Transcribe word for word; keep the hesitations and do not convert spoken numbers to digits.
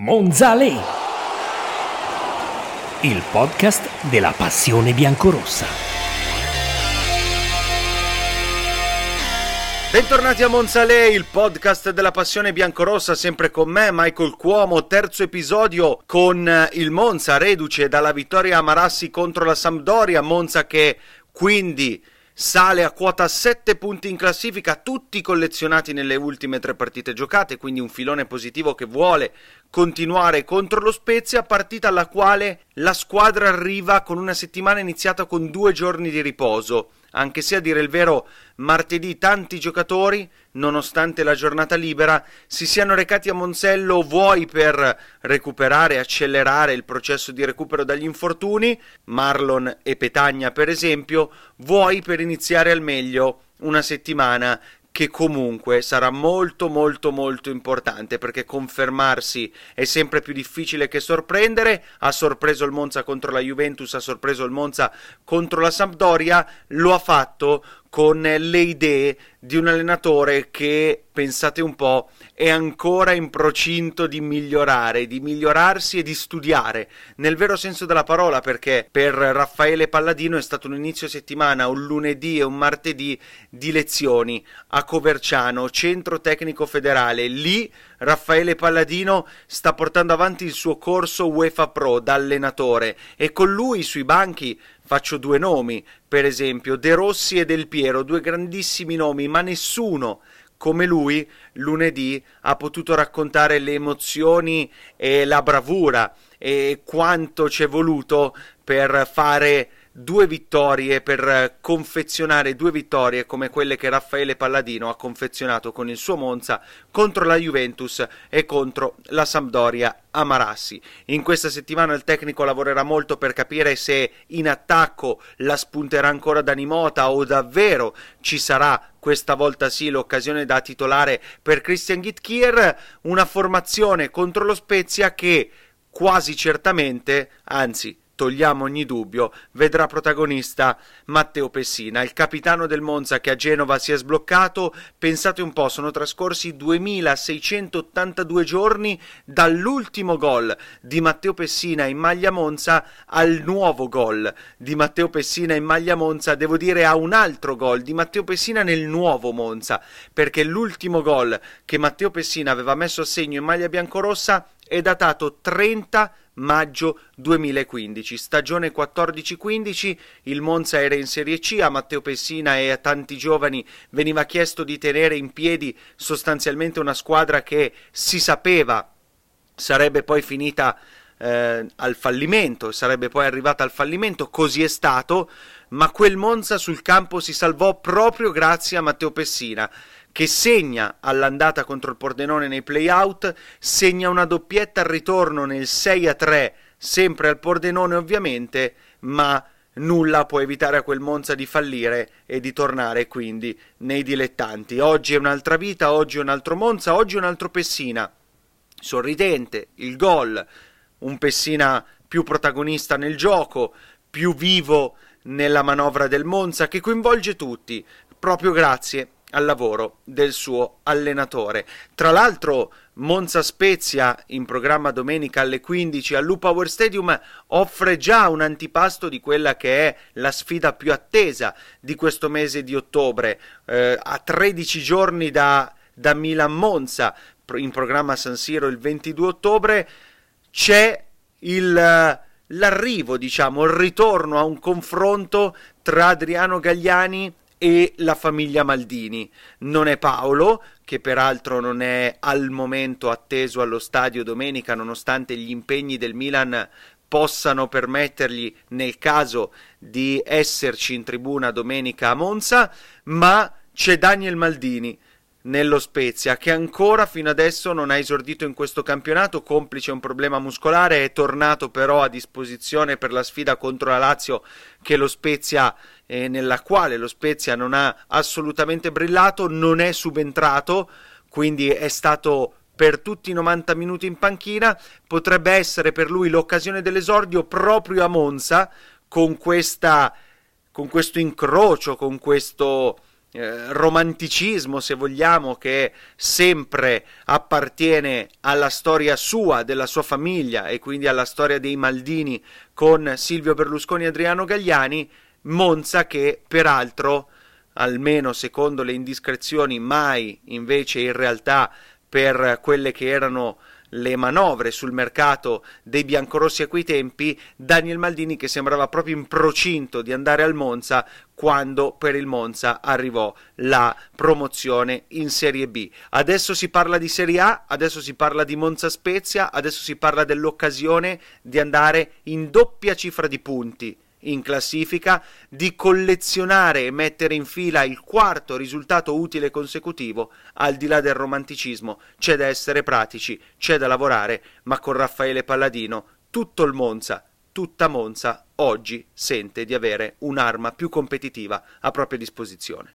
Monzalè, il podcast della passione biancorossa. Bentornati a Monzalè, il podcast della passione biancorossa, sempre con me, Michael Cuomo, terzo episodio con il Monza, reduce dalla vittoria a Marassi contro la Sampdoria, Monza che quindi sale a quota sette punti in classifica, tutti collezionati nelle ultime tre partite giocate, quindi un filone positivo che vuole continuare contro lo Spezia, partita alla quale la squadra arriva con una settimana iniziata con due giorni di riposo, anche se a dire il vero martedì tanti giocatori, nonostante la giornata libera, si siano recati a Monzello vuoi per recuperare, accelerare il processo di recupero dagli infortuni, Marlon e Petagna per esempio, vuoi per iniziare al meglio una settimana che comunque sarà molto molto molto importante, perché confermarsi è sempre più difficile che sorprendere. Ha sorpreso il Monza contro la Juventus, ha sorpreso il Monza contro la Sampdoria, lo ha fatto con le idee di un allenatore che, pensate un po', è ancora in procinto di migliorare, di migliorarsi e di studiare, nel vero senso della parola, perché per Raffaele Palladino è stato un inizio settimana, un lunedì e un martedì di lezioni a Coverciano, centro tecnico federale. Lì Raffaele Palladino sta portando avanti il suo corso UEFA Pro da allenatore e con lui sui banchi faccio due nomi, per esempio De Rossi e Del Piero, due grandissimi nomi, ma nessuno come lui lunedì ha potuto raccontare le emozioni e la bravura e quanto ci è voluto per fare due vittorie, per confezionare due vittorie come quelle che Raffaele Palladino ha confezionato con il suo Monza contro la Juventus e contro la Sampdoria a Marassi. In questa settimana il tecnico lavorerà molto per capire se in attacco la spunterà ancora Dani Mota o davvero ci sarà questa volta sì l'occasione da titolare per Christian Gytkier, una formazione contro lo Spezia che quasi certamente, anzi togliamo ogni dubbio, vedrà protagonista Matteo Pessina, il capitano del Monza che a Genova si è sbloccato. Pensate un po', sono trascorsi duemilaseicentottantadue giorni dall'ultimo gol di Matteo Pessina in maglia Monza al nuovo gol di Matteo Pessina in maglia Monza, devo dire a un altro gol di Matteo Pessina nel nuovo Monza, perché l'ultimo gol che Matteo Pessina aveva messo a segno in maglia biancorossa è datato trenta maggio duemilaquindici, stagione quattordici quindici, il Monza era in Serie C, a Matteo Pessina e a tanti giovani veniva chiesto di tenere in piedi sostanzialmente una squadra che si sapeva sarebbe poi finita eh, al fallimento, sarebbe poi arrivata al fallimento, così è stato, ma quel Monza sul campo si salvò proprio grazie a Matteo Pessina, che segna all'andata contro il Pordenone nei play-out, segna una doppietta al ritorno nel sei a tre, sempre al Pordenone ovviamente, ma nulla può evitare a quel Monza di fallire e di tornare quindi nei dilettanti. Oggi è un'altra vita, oggi è un altro Monza, oggi è un altro Pessina, sorridente, il gol, un Pessina più protagonista nel gioco, più vivo nella manovra del Monza, che coinvolge tutti, proprio grazie al lavoro del suo allenatore. Tra l'altro Monza Spezia, in programma domenica alle quindici al Lupower Stadium, offre già un antipasto di quella che è la sfida più attesa di questo mese di ottobre, eh, a tredici giorni da, da Milan-Monza, in programma a San Siro il ventidue ottobre, c'è il... l'arrivo, diciamo, il ritorno a un confronto tra Adriano Galliani e la famiglia Maldini. Non è Paolo, che peraltro non è al momento atteso allo stadio domenica, nonostante gli impegni del Milan possano permettergli, nel caso di esserci in tribuna domenica a Monza, ma c'è Daniel Maldini nello Spezia, che ancora fino adesso non ha esordito in questo campionato, complice un problema muscolare, è tornato però a disposizione per la sfida contro la Lazio, che lo Spezia eh, nella quale lo Spezia non ha assolutamente brillato, non è subentrato, quindi è stato per tutti i novanta minuti in panchina. Potrebbe essere per lui l'occasione dell'esordio proprio a Monza, con questa con questo incrocio, con questo eh, romanticismo, se vogliamo, che sempre appartiene alla storia sua, della sua famiglia, e quindi alla storia dei Maldini con Silvio Berlusconi e Adriano Galliani. Monza che peraltro, almeno secondo le indiscrezioni, mai invece in realtà per quelle che erano le manovre sul mercato dei biancorossi a quei tempi, Daniel Maldini che sembrava proprio in procinto di andare al Monza quando per il Monza arrivò la promozione in Serie B. Adesso si parla di Serie A, adesso si parla di Monza Spezia, adesso si parla dell'occasione di andare in doppia cifra di punti in classifica, di collezionare e mettere in fila il quarto risultato utile consecutivo. Al di là del romanticismo c'è da essere pratici, c'è da lavorare, ma con Raffaele Palladino tutto il Monza, tutta Monza oggi sente di avere un'arma più competitiva a propria disposizione.